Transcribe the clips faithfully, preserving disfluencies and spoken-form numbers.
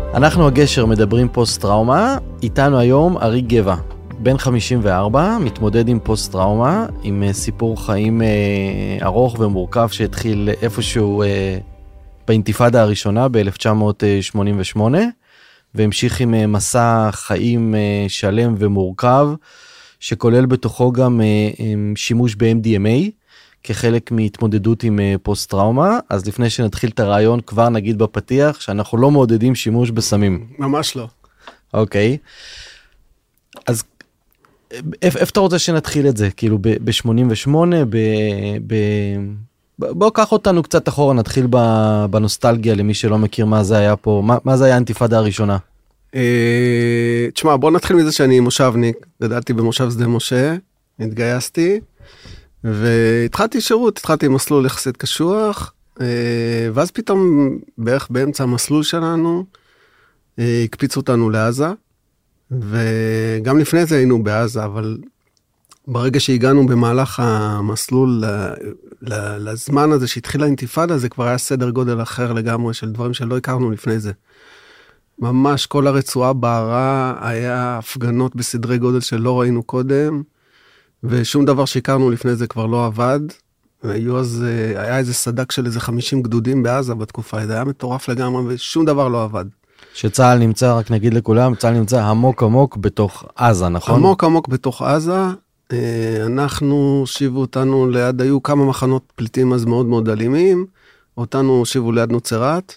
אנחנו הגשר מדברים פוסט טראומה, איתנו היום ארי גבע, בן חמישים וארבע, מתמודד עם פוסט טראומה, עם סיפור חיים אה, ארוך ומורכב שהתחיל איפשהו אה, באינתיפאדה הראשונה ב-אלף תשע מאות שמונים ושמונה, והמשיך עם אה, מסע חיים אה, שלם ומורכב, שכולל בתוכו גם אה, אה, שימוש ב-אם די אם איי, כחלק מהתמודדות עם פוסט טראומה. אז לפני שנתחיל את הרעיון, כבר נגיד בפתיח שאנחנו לא מעודדים שימוש בסמים. ממש לא. אוקיי. אז איפה אתה רוצה שנתחיל את זה? כאילו ב-שמונים ושמונה, ב... ב... בוא קח אותנו קצת אחורה, נתחיל בנוסטלגיה למי שלא מכיר מה זה היה פה, מה, מה זה היה האינתיפאדה הראשונה? תשמע, בוא נתחיל מזה שאני מושבניק, גדלתי במושב שדה משה, התגייסתי, והתחלתי שירות, התחלתי עם מסלול יחסית קשוח, ואז פתאום בערך באמצע המסלול שלנו, הקפיצו אותנו לעזה, וגם לפני זה היינו בעזה, אבל ברגע שהגענו במהלך המסלול לזמן הזה שהתחילה האינתיפאדה, זה כבר היה סדר גודל אחר לגמרי של דברים שלא הכרנו לפני זה. ממש כל הרצועה בערה היה הפגנות בסדרי גודל שלא ראינו קודם, ושום דבר שהכרנו לפני זה כבר לא עבד. והיו אז, היה איזה סדק של איזה חמישים גדודים בעזה בתקופה, זה היה מטורף לגמרי, ושום דבר לא עבד. שצהל נמצא, רק נגיד לכולם, צהל נמצא עמוק עמוק בתוך עזה, נכון? עמוק עמוק בתוך עזה, אנחנו שיבו אותנו ליד, היו כמה מחנות פליטים אז מאוד מאוד אלימים, אותנו שיבו ליד נוצרת,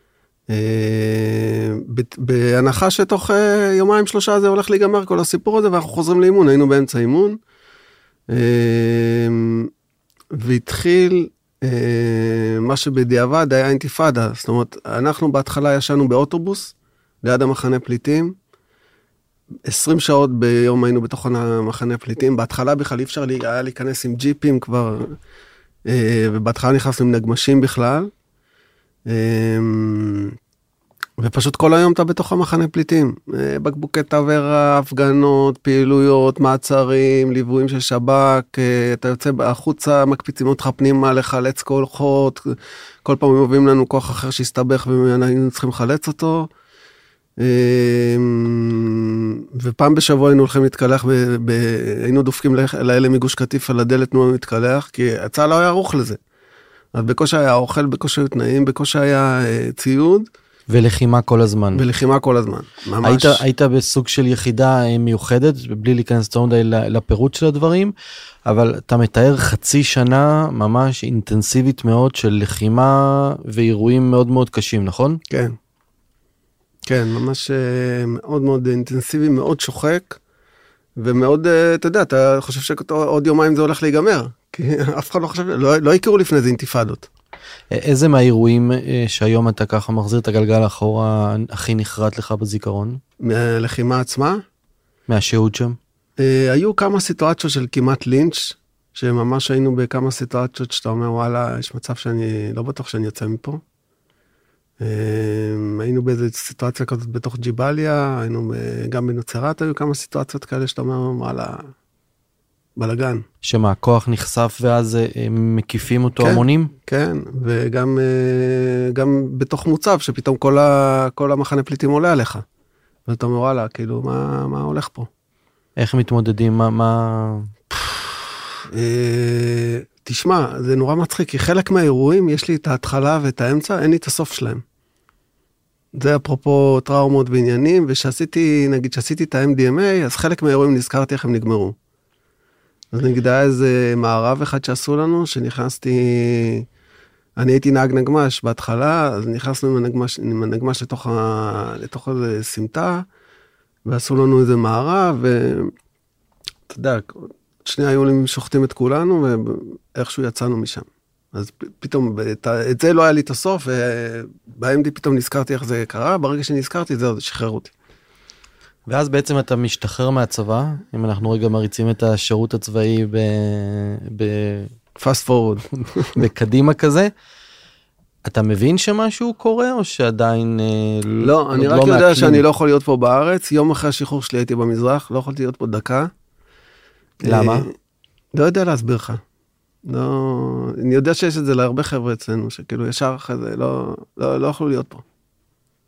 בהנחה שתוך יומיים שלושה זה הולך להיגמר כל הסיפור הזה, ואנחנו חוזרים לאימון, היינו באמצע אימון, והתחיל מה שבדיעבד היה אינתיפאדה, זאת אומרת, אנחנו בהתחלה ישנו באוטובוס, ליד המחנה פליטים, עשרים שעות ביום היינו בתוך המחנה פליטים, בהתחלה בכלל אי אפשר היה להיכנס עם ג'יפים כבר, ובהתחלה נכנסנו עם נגמשים בכלל, ופשוט כל היום אתה בתוך המחנה פליטים, בקבוקי תבערה, הפגנות, פעילויות, מעצרים, ליוויים של שב"כ, אתה יוצא החוצה, מקפיצים אותך פנימה לחלץ כוחות, כל פעם מביאים לנו כוח אחר שהסתבך והיינו צריכים לחלץ אותו, ופעם בשבוע היינו הולכים להתקלח, היינו דופקים לאלה מגוש קטיף על הדלת תנועה להתקלח, כי הצעה לא היה ערוך לזה. אז בקושי היה אוכל, בקושי היו תנאים, בקושי היה ציוד, ולחימה כל הזמן. ולחימה כל הזמן, ממש. היית, היית בסוג של יחידה מיוחדת, בלי להיכנס תעודה לפירוט של הדברים, אבל אתה מתאר חצי שנה ממש אינטנסיבית מאוד של לחימה ואירועים מאוד מאוד קשים, נכון? כן. כן, ממש מאוד מאוד אינטנסיבי, מאוד שוחק, ומאוד, אתה יודע, אתה חושב שעוד יומיים זה הולך להיגמר, כי אף אחד לא חושב, לא, לא הכירו לפני זה אינתיפאדות. איזה מהאירועים שהיום אתה ככה מחזיר את הגלגל אחורה הכי נחרט לך בזיכרון? מהלחימה עצמה? מהשהות שם? היו כמה סיטואציות של כמעט לינץ', שממש היינו בכמה סיטואציות שאתה אומר, וואלה, יש מצב שאני לא בטוח שאני יוצא מפה. היינו באיזו סיטואציה כזאת בתוך ג'יבליה, היינו גם בנוצרת, היו כמה סיטואציות כאלה שאתה אומר, וואלה, בלגן. שמה, הכוח נחשף ואז הם מקיפים אותו המונים? כן, וגם גם בתוך מוצב, שפתאום כל, ה, כל המחנה פליטים עולה עליך. ואתה אומר, וואלה, כאילו, מה, מה הולך פה? איך מתמודדים? מה... מה... תשמע, זה נורא מצחיק, כי חלק מהאירועים, יש לי את ההתחלה ואת האמצע, אין לי את הסוף שלהם. זה אפרופו טראומות ועניינים, ושעשיתי, נגיד, שעשיתי את ה-אם די אם איי, אז חלק מהאירועים נזכרתי איך הם נגמרו. אז נגיד, היה איזה מערב אחד שעשו לנו, שנכנסתי, אני הייתי נהג נגמש בהתחלה, אז נכנסנו עם הנגמש, עם הנגמש לתוך, ה, לתוך איזה סמטה, ועשו לנו איזה מערב, ואתה יודע, שנייה היו לי שוחטים את כולנו, ואיכשהו יצאנו משם. אז פתאום, את זה לא היה לי את הסוף, וב-אם די פתאום נזכרתי איך זה קרה, ברגע שנזכרתי, זה שחרר אותי. ואז בעצם אתה משתחרר מהצבא, אם אנחנו רגע מריצים את השירות הצבאי ב... ב... fast forward. בקדימה כזה, אתה מבין שמשהו קורה, או שעדיין לא, אני רק יודע שאני לא יכול להיות פה בארץ, יום אחרי השחרור שלי הייתי במזרח, לא יכולתי להיות פה דקה. למה? לא יודע להסביר לך. לא, אני יודע שיש את זה להרבה חבר'ה אצלנו, שכאילו ישר אחרי זה לא, לא, לא יכלו להיות פה.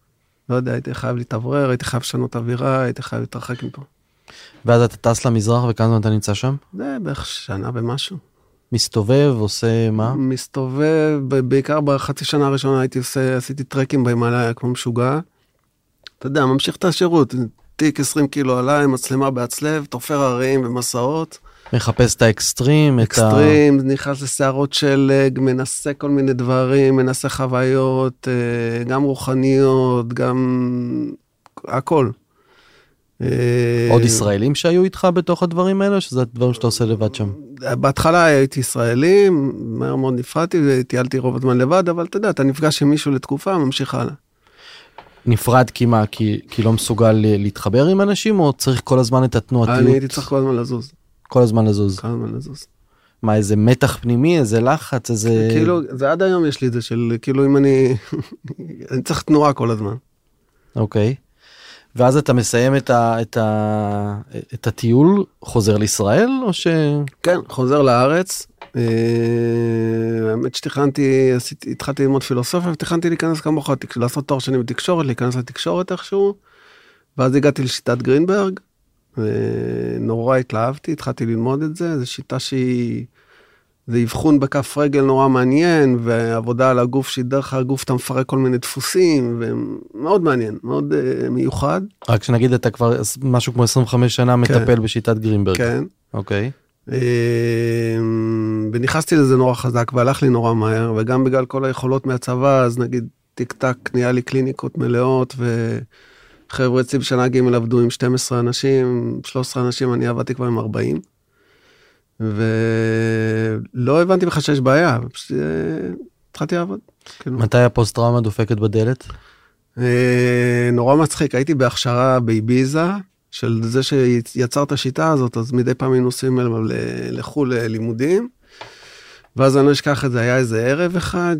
לא יודע, הייתי חייב להתעברר, הייתי חייב לשנות אווירה, הייתי חייב להתרחק מפה. ואז אתה טס למזרח וכאן זמן אתה נמצא שם? זה בערך שנה ומשהו. מסתובב, עושה מה? מסתובב, בעיקר בחצי שנה הראשונה הייתי עושה, עשיתי טרקים בהימאליה כמו משוגע. אתה יודע, ממשיך את השירות, תיק עשרים קילו עליי, מצלמה בהצלב, תופר הרים ומסעות. מחפש את האקסטרים, אקסטרים, את ה... נכנס לסערות שלג, מנסה כל מיני דברים, מנסה חוויות, גם רוחניות, גם הכל. עוד ישראלים שהיו איתך בתוך הדברים האלה, שזה הדברים שאתה עושה לבד שם? בהתחלה הייתי ישראלים, מהר מאוד נפרדתי וטיילתי רוב הזמן לבד, אבל אתה יודע, אתה נפגש עם מישהו לתקופה, ממשיך הלאה. נפרד כי מה? כי, כי לא מסוגל להתחבר עם אנשים, או צריך כל הזמן את התנועתיות? אני הייתי צריך כל הזמן לזוז. כל הזמן לזוז? כל הזמן לזוז. מה, איזה מתח פנימי, איזה לחץ, איזה... כאילו, זה עד היום יש לי את זה של, כאילו אם אני, אני צריך תנועה כל הזמן. אוקיי. ואז אתה מסיים את, ה, את, ה, את הטיול, חוזר לישראל, או ש... כן, חוזר לארץ. האמת שתכננתי, התחלתי ללמוד פילוסופיה, ותכננתי להיכנס כמוך, לעשות תואר שני בתקשורת, להיכנס לתקשורת איכשהו, ואז הגעתי לשיטת גרינברג, ונורא התלהבתי, התחלתי ללמוד את זה, זו שיטה שהיא, זה אבחון בכף רגל נורא מעניין, ועבודה על הגוף, שדרך הגוף אתה מפרק כל מיני דפוסים, ומאוד מעניין, מאוד uh, מיוחד. רק שנגיד, אתה כבר משהו כמו עשרים וחמש שנה מטפל כן. בשיטת גרינברג. כן. אוקיי. Uh, ונכנסתי לזה נורא חזק, והלך לי נורא מהר, וגם בגלל כל היכולות מהצבא, אז נגיד, טיק טק, נהיה לי קליניקות מלאות, ו... חבר'ה אצלי בשנה ג' עבדו עם שנים עשר אנשים, שלושה עשר אנשים, אני עבדתי כבר עם ארבעים. ולא הבנתי בכלל שיש בעיה, פשוט התחלתי לעבוד. מתי הפוסט-טראומה דופקת בדלת? נורא מצחיק, הייתי בהכשרה באיביזה, של זה שיצר את השיטה הזאת, אז מדי פעם היינו נוסעים לחו"ל ללימודים, ואז אני לא אשכח את זה, היה איזה ערב אחד,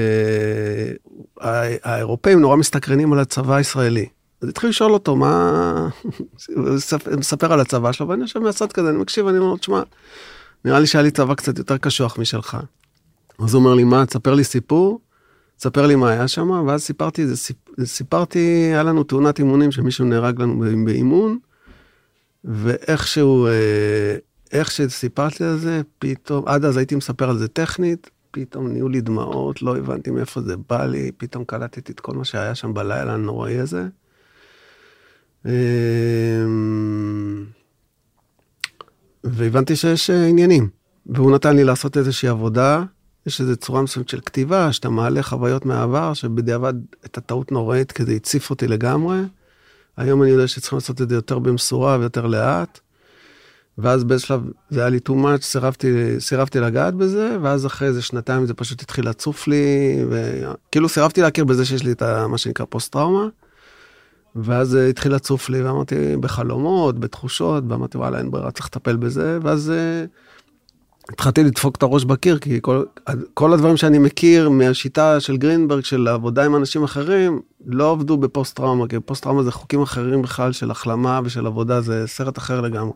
שהאירופאים נורא מסתקרנים על הצבא הישראלי. אז התחיל לשאול אותו מה, הוא מספר על הצבא שלו, ואני יושב מהצד כזה, אני מקשיב, אני אומר, תשמע, נראה לי שהיה לי צבא קצת יותר קשוח משלך. אז הוא אומר לי, מה, תספר לי סיפור, תספר לי מה היה שם, ואז סיפרתי, סיפרתי, היה לנו תאונת אימונים, שמישהו נהרג לנו באימון, ואיכשהו, איך שסיפרתי על זה, פתאום, עד אז הייתי מספר על זה טכנית, פתאום נהיו לי דמעות, לא הבנתי מאיפה זה בא לי, פתאום קלטתי את כל מה שהיה שם בלילה הנוראי הזה. והבנתי שיש עניינים, והוא נתן לי לעשות איזושהי עבודה, יש איזו צורה מסוימת של כתיבה, שאתה מעלה חוויות מהעבר, שבדיעבד את הטעות נוראית כדי הציף אותי לגמרי. היום אני יודע שצריכים לעשות את זה יותר במסורה ויותר לאט, ואז בשלב זה היה לי too much, סירבתי, סירבתי לגעת בזה, ואז אחרי איזה שנתיים זה פשוט התחיל לצוף לי, וכאילו סירבתי להכיר בזה שיש לי את מה שנקרא פוסט-טראומה, ואז התחיל לצוף לי, ואמרתי בחלומות, בתחושות, ואמרתי וואלה אין ברירה, צריך לטפל בזה, ואז התחלתי לדפוק את הראש בקיר, כי כל, כל הדברים שאני מכיר מהשיטה של גרינברג, של עבודה עם אנשים אחרים, לא עבדו בפוסט-טראומה, כי פוסט-טראומה זה חוקים אחרים בכלל, של החלמה ושל עבודה, זה סרט אחר לגמרי.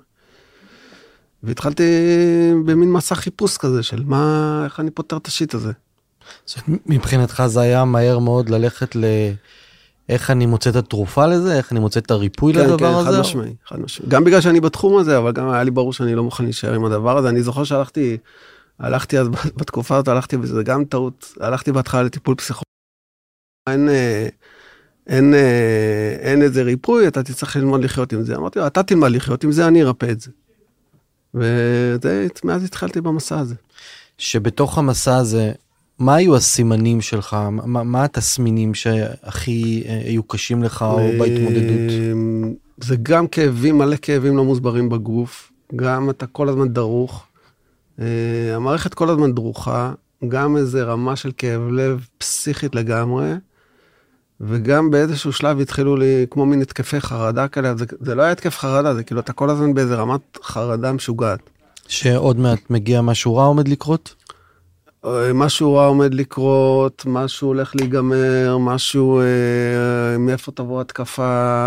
והתחלתי במין מסע חיפוש כזה, של מה, איך אני פותר את השיט הזה. מבחינתך זה היה מהר מאוד ללכת ל... איך אני מוצא את התרופה לזה, איך אני מוצא את הריפוי כן, לדבר כן, הזה? חד משמעי, חד משמעי. גם בגלל שאני בתחום הזה, אבל גם היה לי ברור שאני לא מוכן להישאר עם הדבר הזה. אני זוכר שהלכתי, הלכתי אז בתקופה הזאת, הלכתי, וזה גם טעות, הלכתי בהתחלה לטיפול פסיכולוגי. אין, אין, אין איזה ריפוי, אתה תצטרך ללמוד לחיות עם זה. אמרתי, אתה תלמד לחיות עם זה, אני ארפא את זה. וזה, מאז התחלתי במסע הזה. שבתוך המסע הזה, מה היו הסימנים שלך? מה, מה התסמינים שהכי היו קשים לך או בהתמודדות? זה גם כאבים, מלא כאבים לא מוסברים בגוף, גם אתה כל הזמן דרוך, המערכת כל הזמן דרוכה, גם איזה רמה של כאב לב פסיכית לגמרי, וגם באיזשהו שלב התחילו לי כמו מין התקפי חרדה כאלה, זה, זה לא היה התקף חרדה, זה כאילו אתה כל הזמן באיזה רמת חרדה משוגעת. שעוד מעט מגיע משהו רע עומד לקרות? משהו רע עומד לקרות, משהו הולך להיגמר, משהו, אה, מאיפה תבוא התקפה,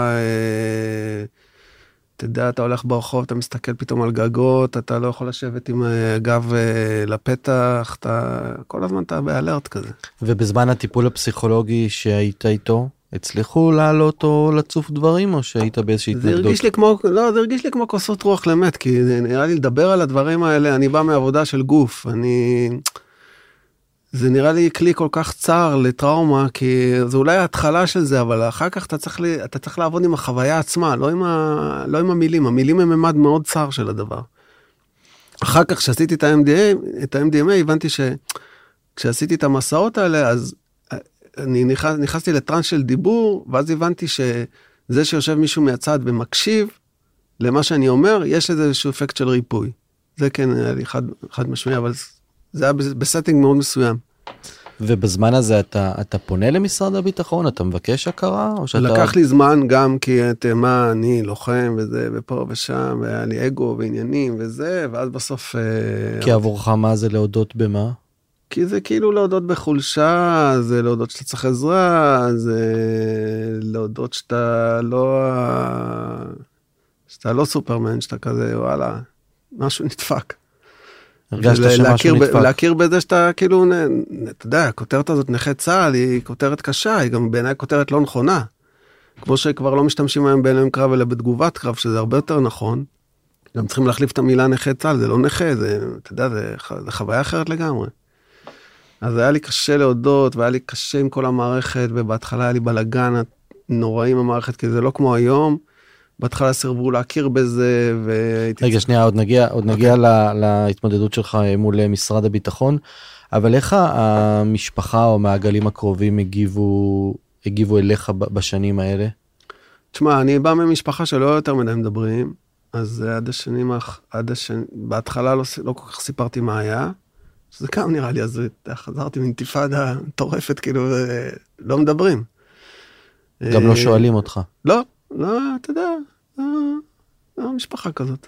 אה, אתה יודע, אתה הולך ברחוב, אתה מסתכל פתאום על גגות, אתה לא יכול לשבת עם גב אה, לפתח, אתה, כל הזמן אתה באלרט כזה. ובזמן הטיפול הפסיכולוגי שהיית איתו, הצליחו לעלות או לצוף דברים, או שהיית באיזושהי התנגדות? זה הרגיש לי כמו, לא, זה הרגיש לי כמו כוסות רוח למת, כי נראה לי לדבר על הדברים האלה, אני בא מעבודה של גוף, אני... זה נראה לי כלי כל כך צר לטראומה, כי זה אולי ההתחלה של זה, אבל אחר כך אתה צריך, לי, אתה צריך לעבוד עם החוויה עצמה, לא עם, ה, לא עם המילים. המילים הם ממד מאוד צר של הדבר. אחר כך, כשעשיתי את ה-אם די איי, את ה-אם די אם איי, הבנתי שכשעשיתי את המסעות האלה, אז אני נכנס, נכנסתי לטרנס של דיבור, ואז הבנתי שזה שיושב מישהו מהצד ומקשיב למה שאני אומר, יש לזה איזשהו אפקט של ריפוי. זה כן היה לי חד, חד משמעי, אבל זה היה בסטינג מאוד מסוים. ובזמן הזה אתה, אתה פונה למשרד הביטחון, אתה מבקש הכרה? או שאתה... לקח לי זמן גם כי את מה, אני לוחם וזה, ופה ושם, והיה לי אגו ועניינים וזה, ואז בסוף... כי עבורך מה זה להודות במה? כי זה כאילו להודות בחולשה, זה להודות שאתה צריך עזרה, זה להודות שאתה לא... שאתה לא סופרמן, שאתה כזה, וואלה, משהו נדפק. הרגשת שמשהו נדפק. להכיר בזה שאתה כאילו, אתה יודע, הכותרת הזאת נכה צה"ל היא כותרת קשה, היא גם בעיניי כותרת לא נכונה. כמו שכבר לא משתמשים היום בהלם קרב, אלא בתגובת קרב, שזה הרבה יותר נכון. גם צריכים להחליף את המילה נכה צה"ל, זה לא נכה, זה, אתה יודע, זה, זה חוויה אחרת לגמרי. אז היה לי קשה להודות, והיה לי קשה עם כל המערכת, ובהתחלה היה לי בלגן נוראי עם המערכת, כי זה לא כמו היום. בהתחלה סרבו להכיר בזה, והייתי... רגע, שנייה, עוד נגיע, עוד נגיע לה, להתמודדות שלך מול משרד הביטחון, אבל איך המשפחה או מעגלים הקרובים הגיבו, הגיבו אליך בשנים האלה? תשמע, אני בא ממשפחה שלא יותר מדי מדברים, אז עד השנים, עד השנים, בהתחלה לא, לא כל כך סיפרתי מה היה, שזה גם נראה לי, אז חזרתי מנתיפאדה טורפת, כאילו, לא מדברים. גם לא שואלים אותך. לא. לא, אתה יודע, לא משפחה כזאת.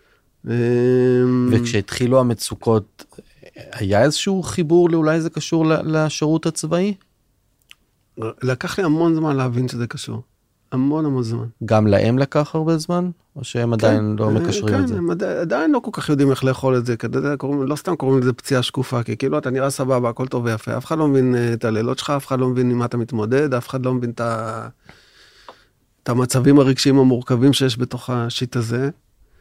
וכשהתחילו המצוקות, היה איזשהו חיבור לאולי זה קשור לשירות הצבאי? לקח לי המון זמן להבין שזה קשור. המון המון זמן. גם להם לקח הרבה זמן? או שהם עדיין לא מקשרים את זה? כן, הם עדיין לא כל כך יודעים איך לאכול את זה. לא סתם קוראים לזה פציעה שקופה, כי כאילו אתה נראה סבבה, הכל טוב ויפה. אף אחד לא מבין את הלילות שלך, אף אחד לא מבין עם מה אתה מתמודד, אף אחד לא מבין את ה... את המצבים הרגשיים המורכבים שיש בתוך השיט הזה.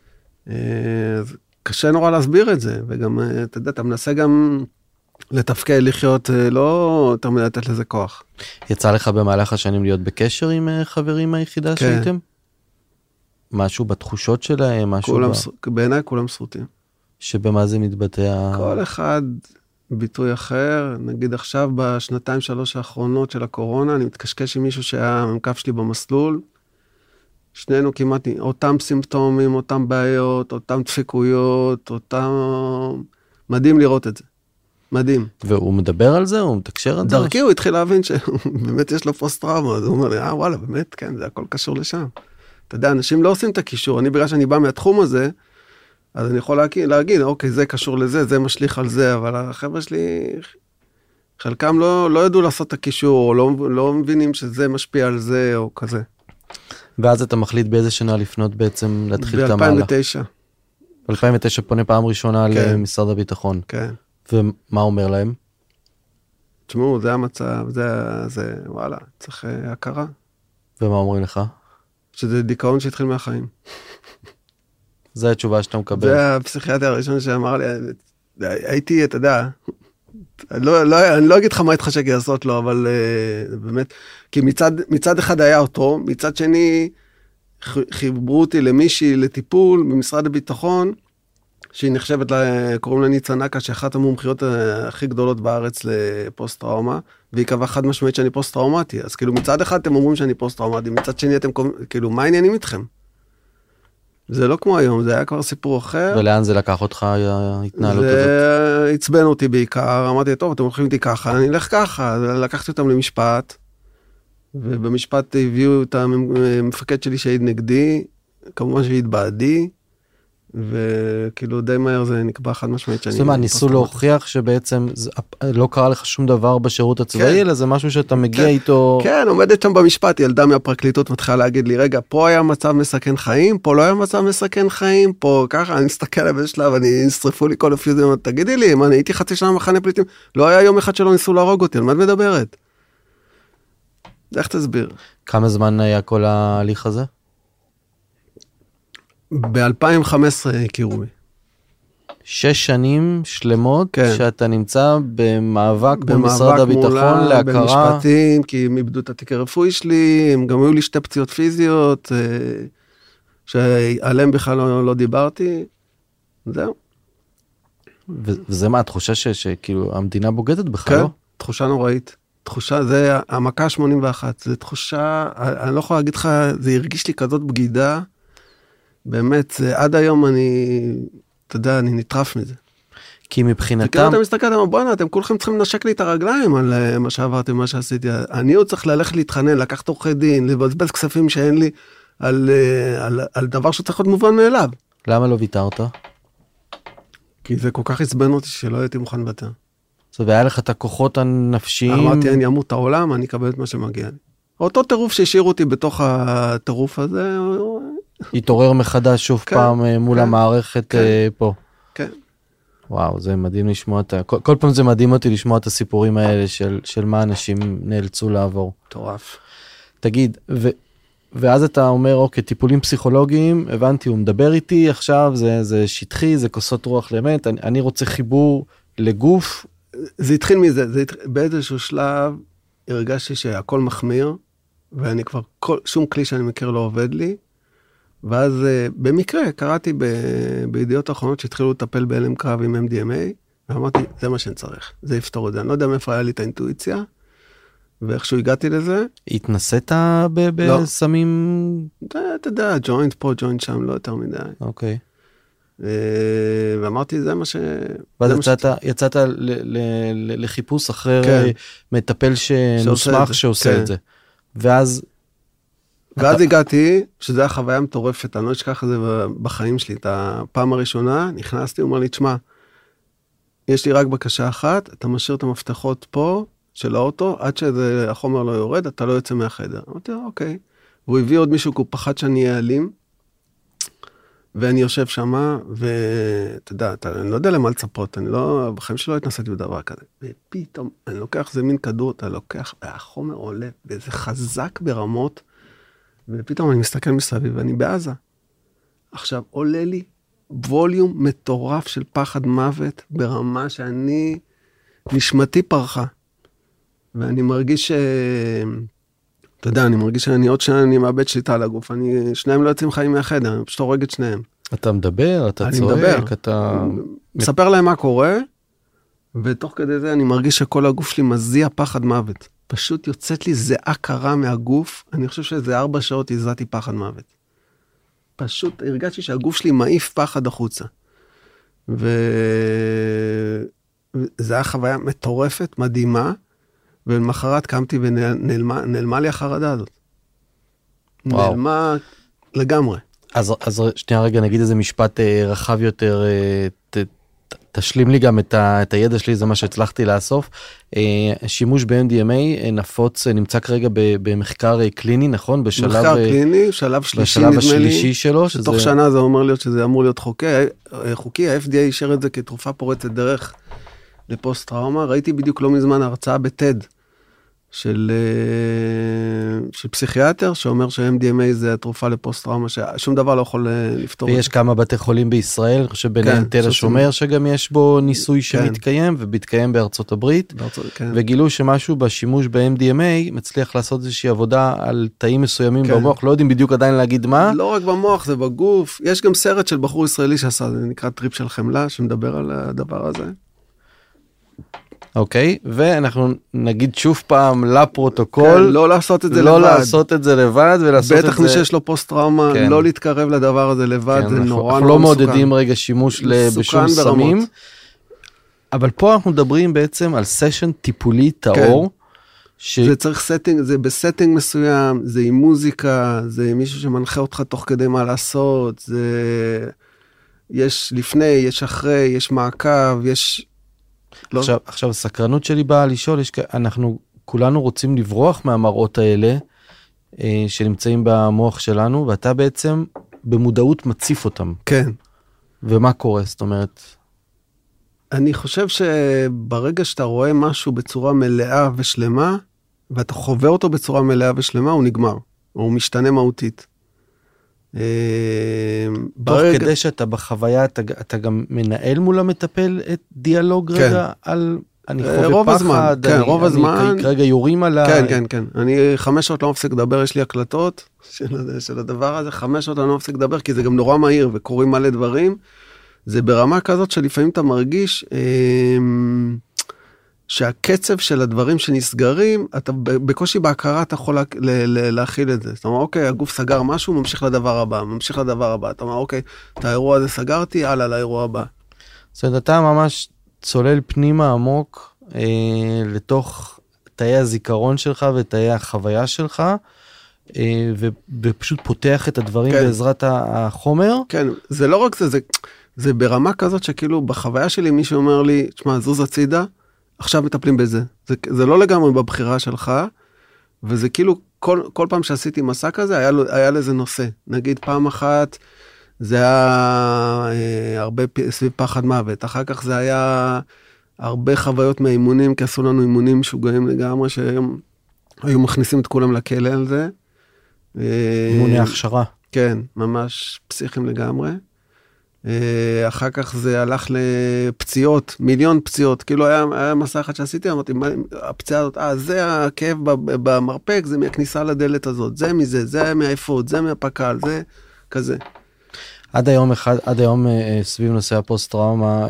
קשה נורא להסביר את זה, וגם, אתה יודע, אתה מנסה גם לתפקד, לחיות, לא יותר מדי לתת לזה כוח. יצא לך במהלך השנים להיות בקשר עם חברים מהיחידה שהייתם? משהו בתחושות שלהם? בעיניי כולם סרוטים. שבמה זה מתבטא? כל אחד ביטוי אחר, נגיד עכשיו בשנתיים שלוש האחרונות של הקורונה, אני מתקשקש עם מישהו שהיה המקף שלי במסלול, שנינו כמעט אותם סימפטומים, אותם בעיות, אותם דפקויות, אותם... מדהים לראות את זה. מדהים. והוא מדבר על זה? הוא מתקשר על זה? דרכי הוא התחיל להבין שבאמת יש לו פוסט-טראומה, אז הוא אומר לי, אה וואלה, באמת, כן, זה הכל קשור לשם. אתה יודע, אנשים לא עושים את הקישור, אני בגלל שאני בא מהתחום הזה, אז אני יכול להגיד, להגיד, אוקיי, זה קשור לזה, זה משליך על זה, אבל החבר'ה שלי, חלקם לא, לא ידעו לעשות את הקישור, או לא, לא מבינים שזה משפיע על זה, או כזה. ואז אתה מחליט באיזה שנה לפנות בעצם להתחיל את המהלך? ב-אלפיים ותשע. ב-אלפיים ותשע פונה פעם ראשונה כן. למשרד הביטחון. כן. ומה אומר להם? תשמעו, זה המצב, זה, זה, וואלה, צריך uh, הכרה. ומה אומרים לך? שזה דיכאון שהתחיל מהחיים. זה התשובה שאתה מקבל. זה הפסיכיאטר הראשון שאמר לי, הייתי, אתה יודע, לא, לא, אני לא אגיד לך מה התחשק לעשות לו, אבל uh, באמת, כי מצד, מצד אחד היה אותו, מצד שני, חיברו אותי למישהי לטיפול במשרד הביטחון, שהיא נחשבת, לה, קוראים לה ניצה נקה, שאחת המומחיות הכי גדולות בארץ לפוסט-טראומה, והיא קבעה חד משמעית שאני פוסט-טראומטי. אז כאילו מצד אחד אתם אומרים שאני פוסט-טראומטי, מצד שני אתם, כאילו, מה העניינים איתכם? זה לא כמו היום, זה היה כבר סיפור אחר. ולאן זה לקח אותך, ההתנהלות הזאת? זה עצבן אותי בעיקר, אמרתי, טוב, אתם הולכים איתי ככה, אני אלך ככה. לקחתי אותם למשפט, ובמשפט הביאו את המפקד שלי שהעיד נגדי, כמובן שהעיד בעדי, וכאילו די מהר זה נקבע חד משמעית שאני... זאת אומרת, ניסו להוכיח שבעצם לא קרה לך שום דבר בשירות הצבאי, אלא זה משהו שאתה מגיע איתו... כן, עומדת שם במשפט, ילדה מהפרקליטות מתחילה להגיד לי, רגע, פה היה מצב מסכן חיים, פה לא היה מצב מסכן חיים, פה ככה, אני מסתכל עליו בשלב, אני נשרפו לי כל הפיוזים, תגידי לי, אני הייתי חצי שנה מחנה פליטים, לא היה יום אחד שלא ניסו להרוג אותי, על מה את מדברת? איך תסביר? כמה זמן היה כל ההליך הזה? ב-אלפיים וחמש עשרה הכירו בי. שש שנים שלמות, כן. שאתה נמצא במאבק מול במאבק משרד הביטחון מולה, להכרה. במשפטים, כי הם איבדו את התיק הרפואי שלי, הם גם היו לי שתי פציעות פיזיות, אה, שעליהם בכלל לא, לא דיברתי, זהו. ו- וזה מה, התחושה ש- שכאילו המדינה בוגדת בך, כן, לא? תחושה נוראית. תחושה, זה המכה שמונים ואחת, זה תחושה, אני לא יכול להגיד לך, זה הרגיש לי כזאת בגידה, באמת, זה, עד היום אני, אתה יודע, אני נטרף מזה. כי מבחינתם... וכאילו אתה מסתכל, אתה אומר, בוא'נה, אתם כולכם צריכים לנשק לי את הרגליים על uh, מה שעברתם, מה שעשיתי. אני עוד צריך ללכת להתחנן, לקחת עורכי דין, לבזבז כספים שאין לי, על, uh, על, על דבר שצריך להיות מובן מאליו. למה לא ויתרת? כי זה כל כך עצבן אותי שלא הייתי מוכן לוותר. זאת והיה לך את הכוחות הנפשיים. אמרתי, אני אמות את העולם, אני אקבל את מה שמגיע לי. אותו טירוף שהשאיר אותי בתוך הטירוף הזה, התעורר מחדש שוב כן, פעם מול כן, המערכת כן. פה. כן. וואו, זה מדהים לשמוע את ה... כל, כל פעם זה מדהים אותי לשמוע את הסיפורים האלה של, של מה אנשים נאלצו לעבור. מטורף. תגיד, ו, ואז אתה אומר, אוקיי, טיפולים פסיכולוגיים, הבנתי, הוא מדבר איתי עכשיו, זה, זה שטחי, זה כוסות רוח לאמת, אני, אני רוצה חיבור לגוף. זה התחיל מזה, זה התחיל, באיזשהו שלב הרגשתי שהכל מחמיר, ואני כבר, כל, שום כלי שאני מכיר לא עובד לי, ואז במקרה קראתי ב, בידיעות האחרונות שהתחילו לטפל בהלם קרב עם אם די אם איי, ואמרתי, זה מה שאני צריך, זה יפתור את זה. אני לא יודע מאיפה היה לי את האינטואיציה, ואיכשהו הגעתי לזה. התנסית בסמים? לא. אתה יודע, ג'וינט פה, ג'וינט שם, לא יותר מדי. אוקיי. ואמרתי, זה מה ש... ואז יצאת, יצאת ל, ל, ל, לחיפוש אחר כן. מטפל שמוסמך שעושה כן. את זה. ואז... ואז אתה... הגעתי, שזו היה חוויה מטורפת, אני לא אשכח את זה בחיים שלי, את הפעם הראשונה, נכנסתי, הוא אומר לי, תשמע, יש לי רק בקשה אחת, אתה משאיר את המפתחות פה, של האוטו, עד שהחומר לא יורד, אתה לא יוצא מהחדר. אמרתי, אוקיי. והוא הביא עוד מישהו, כי הוא פחד שאני אהיה אלים, ואני יושב שמה, ואתה יודע, אני לא יודע למה לצפות, אני לא, בחיים שלא התנסיתי בדבר כזה. ופתאום, אני לוקח, זה מין כדור, אתה לוקח, והחומר עולה, וזה חזק ברמות, ופתאום אני מסתכל מסביב, ואני בעזה. עכשיו, עולה לי ווליום מטורף של פחד מוות, ברמה שאני, נשמתי פרחה. ואני מרגיש ש... אתה יודע, אני מרגיש שאני עוד שנה אני מאבד שליטה על הגוף, אני, שניהם לא יוצאים חיים מהחדר, אני פשוט הורג את שניהם. אתה מדבר, אתה צועק, מדבר. אתה... מספר להם מה קורה, ותוך כדי זה אני מרגיש שכל הגוף שלי מזיע פחד מוות. פשוט יוצאת לי זיעה קרה מהגוף, אני חושב שזה ארבע שעות הזעתי פחד מוות. פשוט הרגשתי שהגוף שלי מעיף פחד החוצה. וזה היה חוויה מטורפת, מדהימה, ולמחרת קמתי ונעלמה נעלמה לי החרדה הזאת. וואו. נעלמה לגמרי. אז, אז שנייה רגע נגיד איזה משפט אה, רחב יותר, אה, ת, ת, תשלים לי גם את, ה, את הידע שלי, זה מה שהצלחתי לאסוף. אה, שימוש ב-אם די אם איי אה, נפוץ, אה, נמצא כרגע ב, במחקר אה, קליני, נכון? בשלב, מחקר אה, קליני, שלב שלישי בשלב נדמה השלישי לי, שלו. שתוך שזה... שנה זה אומר להיות שזה אמור להיות חוקי, חוקי, ה-אף די איי אישר את זה כתרופה פורצת דרך לפוסט טראומה. ראיתי בדיוק לא מזמן הרצאה בטד, של, של פסיכיאטר, שאומר ש-אם די אם איי זה התרופה לפוסט טראומה, ששום דבר לא יכול לפתור. ויש כמה בתי חולים בישראל, אני חושב ביניהם כן, תל השומר, שגם יש בו ניסוי שמתקיים, כן. ומתקיים בארצות הברית, בארצות, כן. וגילו שמשהו בשימוש ב-אם די אם איי מצליח לעשות איזושהי עבודה על תאים מסוימים כן. במוח, לא יודעים בדיוק עדיין להגיד מה. לא רק במוח, זה בגוף. יש גם סרט של בחור ישראלי שעשה, זה נקרא טריפ של חמלה, שמדבר על הדבר הזה. אוקיי, ואנחנו נגיד שוב פעם לפרוטוקול, כן, לא לעשות את זה לא לבד. לא לעשות את זה לבד, ולעשות את זה... בטח מי שיש לו פוסט טראומה, כן. לא להתקרב לדבר הזה לבד, כן, זה אנחנו, נורא אנחנו נורא לא מסוכן. מעודדים רגע שימוש בשום סמים, אבל פה אנחנו מדברים בעצם על סשן טיפולי טהור. כן. ש... זה צריך סטינג, זה בסטינג מסוים, זה עם מוזיקה, זה עם מישהו שמנחה אותך תוך כדי מה לעשות, זה... יש לפני, יש אחרי, יש מעקב, יש... לא. עכשיו, עכשיו, הסקרנות שלי באה לשאול, יש, אנחנו כולנו רוצים לברוח מהמראות האלה, אה, שנמצאים במוח שלנו, ואתה בעצם במודעות מציף אותם. כן. ומה קורה? זאת אומרת... אני חושב שברגע שאתה רואה משהו בצורה מלאה ושלמה, ואתה חווה אותו בצורה מלאה ושלמה, הוא נגמר, הוא משתנה מהותית. תוך כדי שאתה בחוויה, אתה, אתה גם מנהל מול המטפל את דיאלוג כן. רגע על, אני חווה רוב פחד, הזמן, אני, כן, רוב אני, הזמן, אני כרגע יורים עליי. כן, כן, כן, אני חמש שעות לא מפסיק לדבר, יש לי הקלטות של, של הדבר הזה, חמש שעות אני לא מפסיק לדבר, כי זה גם נורא מהיר, וקוראים מלא דברים, זה ברמה כזאת שלפעמים אתה מרגיש, אה, שהקצב של הדברים שנסגרים, אתה בקושי בהכרה אתה יכול לה, לה, להכיל את זה. זאת אומרת, אוקיי, הגוף סגר משהו, ממשיך לדבר הבא, ממשיך לדבר הבא. אתה אומר, אוקיי, את האירוע הזה סגרתי, הלאה לאירוע הבא. זאת אומרת, אתה ממש צולל פנימה עמוק, אה, לתוך תאי הזיכרון שלך ותאי החוויה שלך, אה, ו, ופשוט פותח את הדברים כן. בעזרת החומר. כן, זה לא רק זה, זה, זה ברמה כזאת שכאילו בחוויה שלי מישהו אומר לי, תשמע, זוז הצידה, עכשיו מטפלים בזה. זה, זה לא לגמרי בבחירה שלך, וזה כאילו, כל, כל פעם שעשיתי מסע כזה, היה, היה לזה נושא. נגיד פעם אחת, זה היה אה, הרבה סביב פחד מוות. אחר כך זה היה הרבה חוויות מהאימונים, כי עשו לנו אימונים משוגעים לגמרי, שהיום היו מכניסים את כולם לכלא על זה. אימוני הכשרה. כן, ממש פסיכים לגמרי. אחר כך זה הלך לפציעות, מיליון פציעות, כאילו היה, היה מסע אחד שעשיתי, אמרתי, הפציעה הזאת, אה, זה הכאב במרפק, זה מהכניסה לדלת הזאת, זה מזה, זה מהאפוד, זה מהפקל, זה כזה. עד היום, אחד, עד היום סביב נושא הפוסט-טראומה,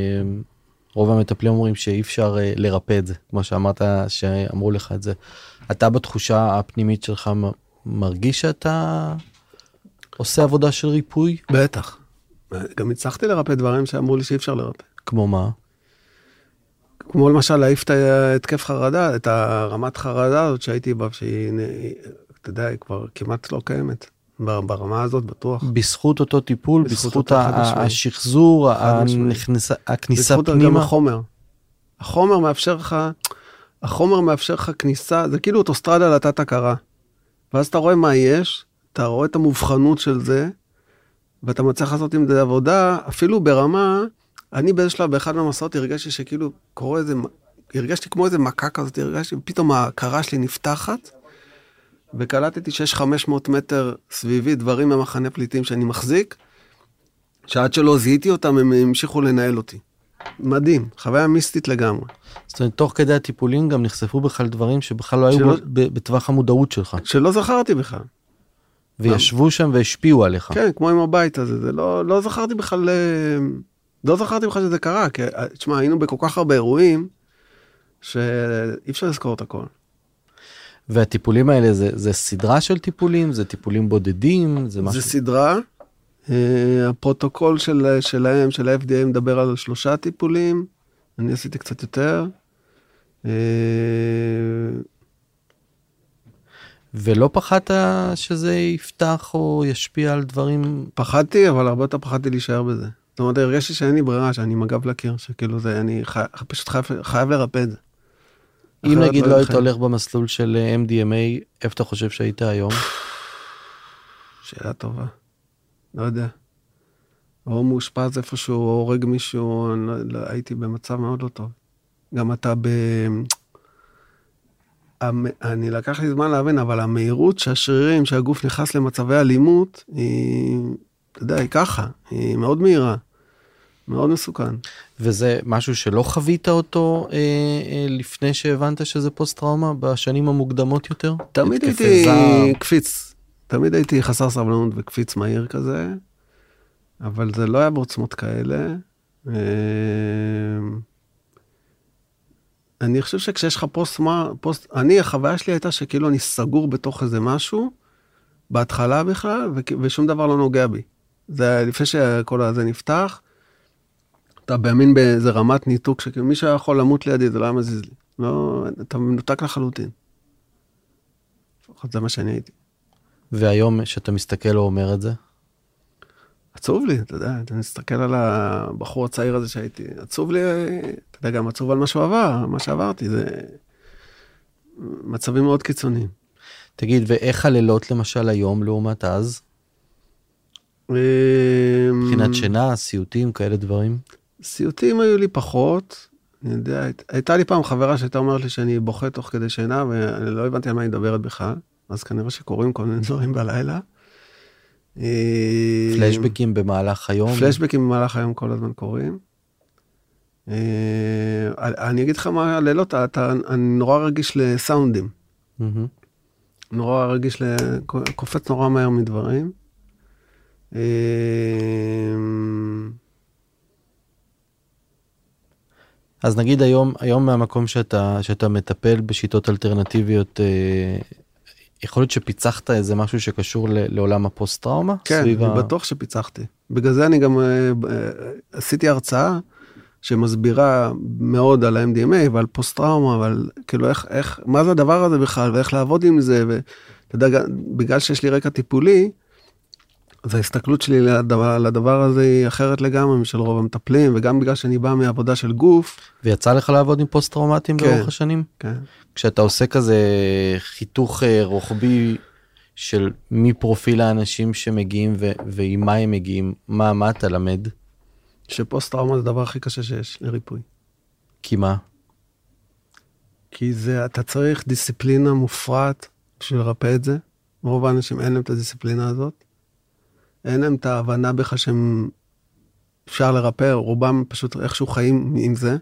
רוב המטפלים אומרים שאי אפשר לרפא את זה, כמו שאמרת שאמרו לך את זה. אתה בתחושה הפנימית שלך מרגיש שאתה עושה עבודה של ריפוי? בטח. גם הצלחתי לרפא דברים שאמרו לי שאי אפשר לרפא. כמו מה? כמו למשל להעיף את התקף חרדה, את הרמת חרדה הזאת שהייתי בה, שהיא, אתה יודע, היא כבר כמעט לא קיימת. ברמה הזאת בטוח. בזכות אותו טיפול, בזכות השחזור, הכניסה פנימה. גם החומר. החומר מאפשר לך, החומר מאפשר לך כניסה, זה כאילו אוטוסטרדה לתת הכרה. ואז אתה רואה מה יש, אתה רואה את המובחנות של זה, ואתה מצליח לעשות עם זה עבודה, אפילו ברמה, אני באיזה שלב, באחד מהמסעות, הרגשתי שכאילו קורה איזה, הרגשתי כמו איזה מכה כזאת, הרגשתי, פתאום ההכרה שלי נפתחת, וקלטתי שיש חמש מאות מטר סביבי, דברים ממחנה פליטים שאני מחזיק, שעד שלא זיהיתי אותם, הם המשיכו לנהל אותי. מדהים, חוויה מיסטית לגמרי. זאת אומרת, תוך כדי הטיפולים גם נחשפו בכלל דברים שבכלל לא היו שלא, בטווח המודעות שלך. שלא זכרתי בכלל. וישבו שם והשפיעו עליך. כן, כמו עם הבית הזה, זה לא, לא זכרתי בכלל, לא זכרתי בכלל שזה קרה, כי, תשמע, היינו בכל כך הרבה אירועים, שאי אפשר לזכור את הכל. והטיפולים האלה, זה, זה סדרה של טיפולים? זה טיפולים בודדים? זה משהו? זה סדרה. הפרוטוקול של, שלהם, של ה-אף די איי, מדבר על שלושה טיפולים. אני עשיתי קצת יותר. ולא פחדת שזה יפתח או ישפיע על דברים? פחדתי, אבל הרבה יותר פחדתי להישאר בזה. זאת אומרת, הרגשתי שאין לי ברירה, שאני מגב לקיר, שכאילו זה, אני חי, פשוט חייב, חייב לרפא את זה. אם נגיד לא היית הולך במסלול של אם די אם איי, איפה אתה חושב שהיית היום? שאלה טובה. לא יודע. או מאושפז איפשהו, או הורג מישהו, אני לא, לא, הייתי במצב מאוד לא טוב. גם אתה ב... אני לקח לי זמן להבין, אבל המהירות שהשרירים, שהגוף נכנס למצבי אלימות, היא, אתה יודע, היא ככה, היא מאוד מהירה, מאוד מסוכן. וזה משהו שלא חווית אותו אה, אה, לפני שהבנת שזה פוסט-טראומה, בשנים המוקדמות יותר? תמיד הייתי זר. קפיץ, תמיד הייתי חסר סבלנות וקפיץ מהיר כזה, אבל זה לא היה בעוצמות כאלה. אה, אני חושב שכשיש לך פוסט, מה, פוסט, אני, החוויה שלי הייתה שכאילו אני סגור בתוך איזה משהו, בהתחלה בכלל, ושום דבר לא נוגע בי. זה לפני שכל הזה נפתח, אתה באמין באיזה רמת ניתוק, שכאילו מישהו יכול למות לידי, זה לא היה מזיז לי. לא, אתה מנותק לחלוטין. זה מה שאני הייתי. והיום שאתה מסתכל או אומר את זה? עצוב לי, אתה יודע, אתה מסתכל על הבחור הצעיר הזה שהייתי, עצוב לי, אתה יודע, גם עצוב על מה שהוא עבר, מה שעברתי, זה מצבים מאוד קיצוניים. תגיד, ואיך הלילות למשל היום לעומת אז? מבחינת שינה, סיוטים, כאלה דברים? סיוטים היו לי פחות, אני יודע, הייתה לי פעם חברה שהייתה אומרת לי שאני בוכה תוך כדי שינה, ואני לא הבנתי על מה היא מדברת בכלל, אז כנראה שקוראים כל מיני דברים בלילה. פלשבקים במהלך היום? פלשבקים במהלך היום כל הזמן קוראים. אני אגיד לך מה, לילות, אני נורא רגיש לסאונדים. נורא רגיש, קופץ נורא מהר מדברים. אז נגיד היום, היום מהמקום שאתה, שאתה מטפל בשיטות אלטרנטיביות, יכול להיות שפיצחת איזה משהו שקשור לעולם הפוסט-טראומה? כן, אני ה... בטוח שפיצחתי. בגלל זה אני גם עשיתי הרצאה שמסבירה מאוד על ה-אם די אם איי ועל פוסט-טראומה, אבל כאילו איך, איך, מה זה הדבר הזה בכלל, ואיך לעבוד עם זה, ואתה יודע, בגלל שיש לי רקע טיפולי, אז ההסתכלות שלי לדבר, לדבר הזה היא אחרת לגמרי משל רוב המטפלים, וגם בגלל שאני בא מעבודה של גוף. ויצא לך לעבוד עם פוסט-טראומטיים כן, לאורך השנים? כן. כשאתה עושה כזה חיתוך רוחבי של מי פרופיל האנשים שמגיעים ו- ועם מה הם מגיעים, מה, מה אתה למד? שפוסט-טראומה זה הדבר הכי קשה שיש לריפוי. כי מה? כי זה, אתה צריך דיסציפלינה מופרעת בשביל לרפא את זה. רוב האנשים אין להם את הדיסציפלינה הזאת. אין להם את ההבנה בך שהם אפשר לרפא, רובם פשוט איכשהו חיים עם זה.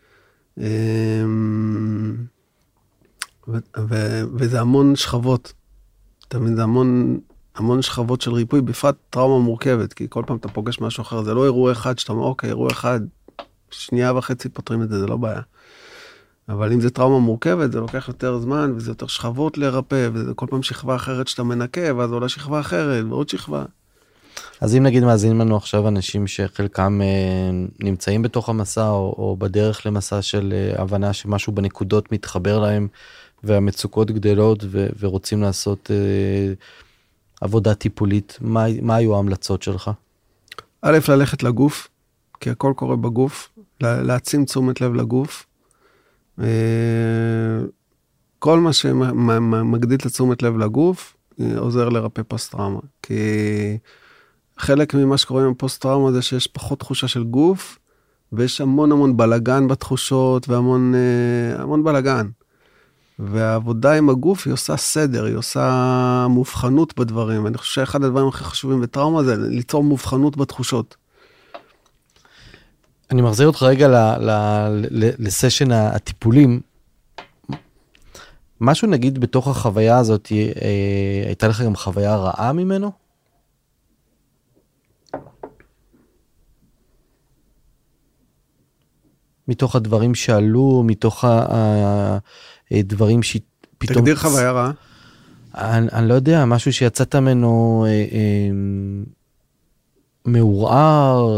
ו- ו- וזה המון שכבות. תמיד זה המון, המון שכבות של ריפוי, בפרט טראומה מורכבת, כי כל פעם אתה פוגש משהו אחר, זה לא אירוע אחד שאתה אומר, אוקיי, אירוע אחד, שנייה וחצי פותרים את זה, זה לא בעיה. אבל אם זה טראומה מורכבת, זה לוקח יותר זמן, וזה יותר שכבות לרפא, וזה כל פעם שכבה אחרת שאתה מנקה, ואז עולה שכבה אחרת, ועוד שכבה. אז אם נגיד מאזינים לנו עכשיו אנשים שחלקם אה, נמצאים בתוך המסע, או, או בדרך למסע של אה, הבנה שמשהו בנקודות מתחבר להם, והמצוקות גדלות, ו, ורוצים לעשות אה, עבודה טיפולית, מה, מה היו ההמלצות שלך? א', ללכת לגוף, כי הכל קורה בגוף, להעצים תשומת לב לגוף. כל מה שמגדיל את התשומת לב לגוף, עוזר לרפא פוסט-טראומה. כי חלק ממה שקורה עם פוסט-טראומה זה שיש פחות תחושה של גוף, ויש המון המון בלגן בתחושות, והמון המון בלגן. והעבודה עם הגוף היא עושה סדר, היא עושה מובחנות בדברים. ואני חושב שאחד הדברים הכי חשובים בטראומה זה ליצור מובחנות בתחושות. אני מחזיר אותך רגע ל, ל, ל, לסשן הטיפולים. משהו נגיד בתוך החוויה הזאת, אה, הייתה לך גם חוויה רעה ממנו? מתוך הדברים שעלו, מתוך הדברים שפתאום... תגדיר חוויה רעה. אני, אני לא יודע, משהו שיצאת ממנו אה, אה, מעורער,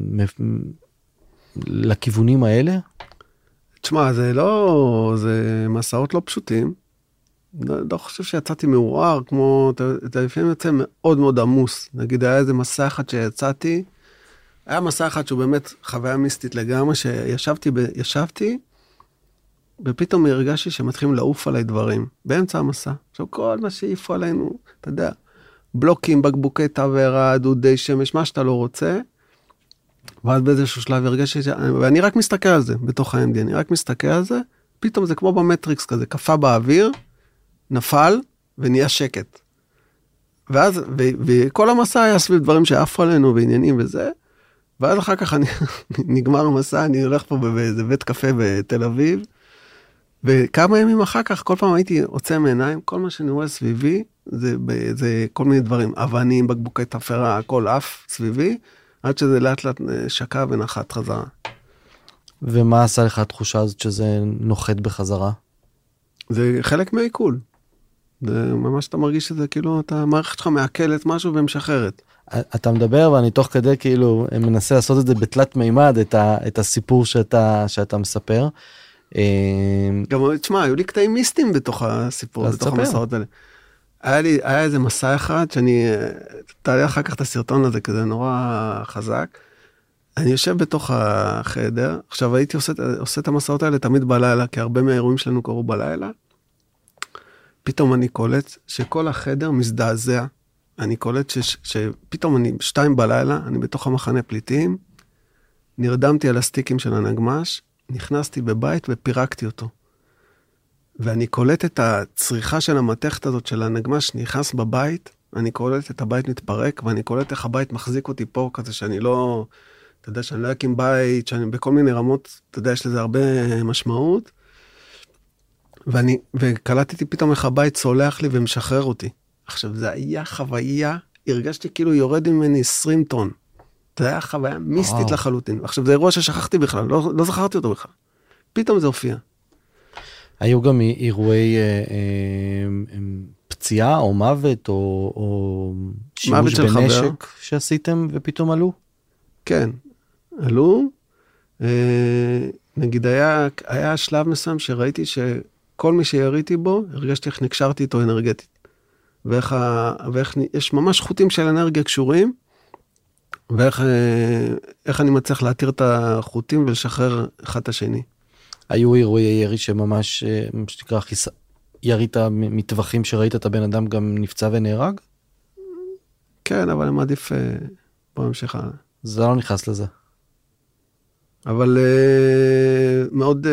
לכיוונים האלה? תשמע, זה לא, זה מסעות לא פשוטים. לא, לא חושב שיצאתי מעורער, כמו, אתה, אתה לפעמים יוצא מאוד מאוד עמוס. נגיד, היה איזה מסע אחד שיצאתי, היה מסע אחד שהוא באמת חוויה מיסטית לגמרי, שישבתי, ב, ישבתי, ופתאום הרגשתי שמתחילים לעוף עליי דברים, באמצע המסע. עכשיו, כל מה שהעיפו עלינו, אתה יודע, בלוקים, בקבוקי תבערה, דודי שמש, מה שאתה לא רוצה, ואז באיזשהו שלב הרגשתי, ואני רק מסתכל על זה, בתוך ה-אם די, אני רק מסתכל על זה, פתאום זה כמו במטריקס כזה, קפה באוויר, נפל, ונהיה שקט. ואז, ו- וכל המסע היה סביב דברים שעפו עלינו, ועניינים וזה, ואז אחר כך אני, נגמר המסע, אני הולך פה באיזה בית קפה בתל אביב, וכמה ימים אחר כך, כל פעם הייתי עוצם מעיניים, כל מה שאני רואה סביבי, זה, זה כל מיני דברים, אבנים, בקבוקי תפרה, הכל עף סביבי, עד שזה לאט לאט שקע ונחת חזרה. ומה עשה לך התחושה הזאת שזה נוחת בחזרה? זה חלק מהעיכול. זה ממש אתה מרגיש שזה כאילו, אתה המערכת שלך מעכלת משהו ומשחררת. אתה מדבר ואני תוך כדי כאילו מנסה לעשות את זה בתלת מימד, את, ה, את הסיפור שאתה, שאתה מספר. גם, תשמע, היו לי קטעים מיסטיים בתוך הסיפור, בתוך המסעות האלה. היה לי, היה איזה מסע אחד שאני, תעלה אחר כך את הסרטון הזה, כזה נורא חזק. אני יושב בתוך החדר, עכשיו הייתי עושה, עושה את המסעות האלה תמיד בלילה, כי הרבה מהאירועים שלנו קורו בלילה. פתאום אני קולט שכל החדר מזדעזע. אני קולט ש, שפתאום אני שתיים בלילה, אני בתוך המחנה פליטים, נרדמתי על הסטיקים של הנגמש, נכנסתי בבית ופירקתי אותו. ואני קולט את הצריכה של המתכת הזאת של הנגמש שנכנס בבית, אני קולט את הבית מתפרק, ואני קולט איך הבית מחזיק אותי פה, כזה שאני לא, אתה יודע, שאני לא אקים בית, שאני בכל מיני רמות, אתה יודע, יש לזה הרבה משמעות. ואני, וקלטתי פתאום איך הבית סולח לי ומשחרר אותי. עכשיו, זה היה חוויה, הרגשתי כאילו יורד ממני עשרים טון. זה היה חוויה מיסטית וואו. לחלוטין. עכשיו, זה אירוע ששכחתי בכלל, לא, לא זכרתי אותו בכלל. פתאום זה הופיע. היו גם אירועי אה, אה, פציעה או מוות או, או שימוש בנשק חבר. שעשיתם ופתאום עלו? כן, עלו. אה, נגיד היה, היה שלב מסוים שראיתי שכל מי שיריתי בו, הרגשתי איך נקשרתי איתו אנרגטית. ואיך, ואיך יש ממש חוטים של אנרגיה קשורים, ואיך איך אני מצליח להתיר את החוטים ולשחרר אחד את השני. היו אירועי ירי שממש, מה שנקרא, חיס... ירית מטווחים שראית את הבן אדם גם נפצע ונהרג? כן, אבל אני מעדיף, בוא נמשיך הלאה. זה לא נכנס לזה. אבל מאוד,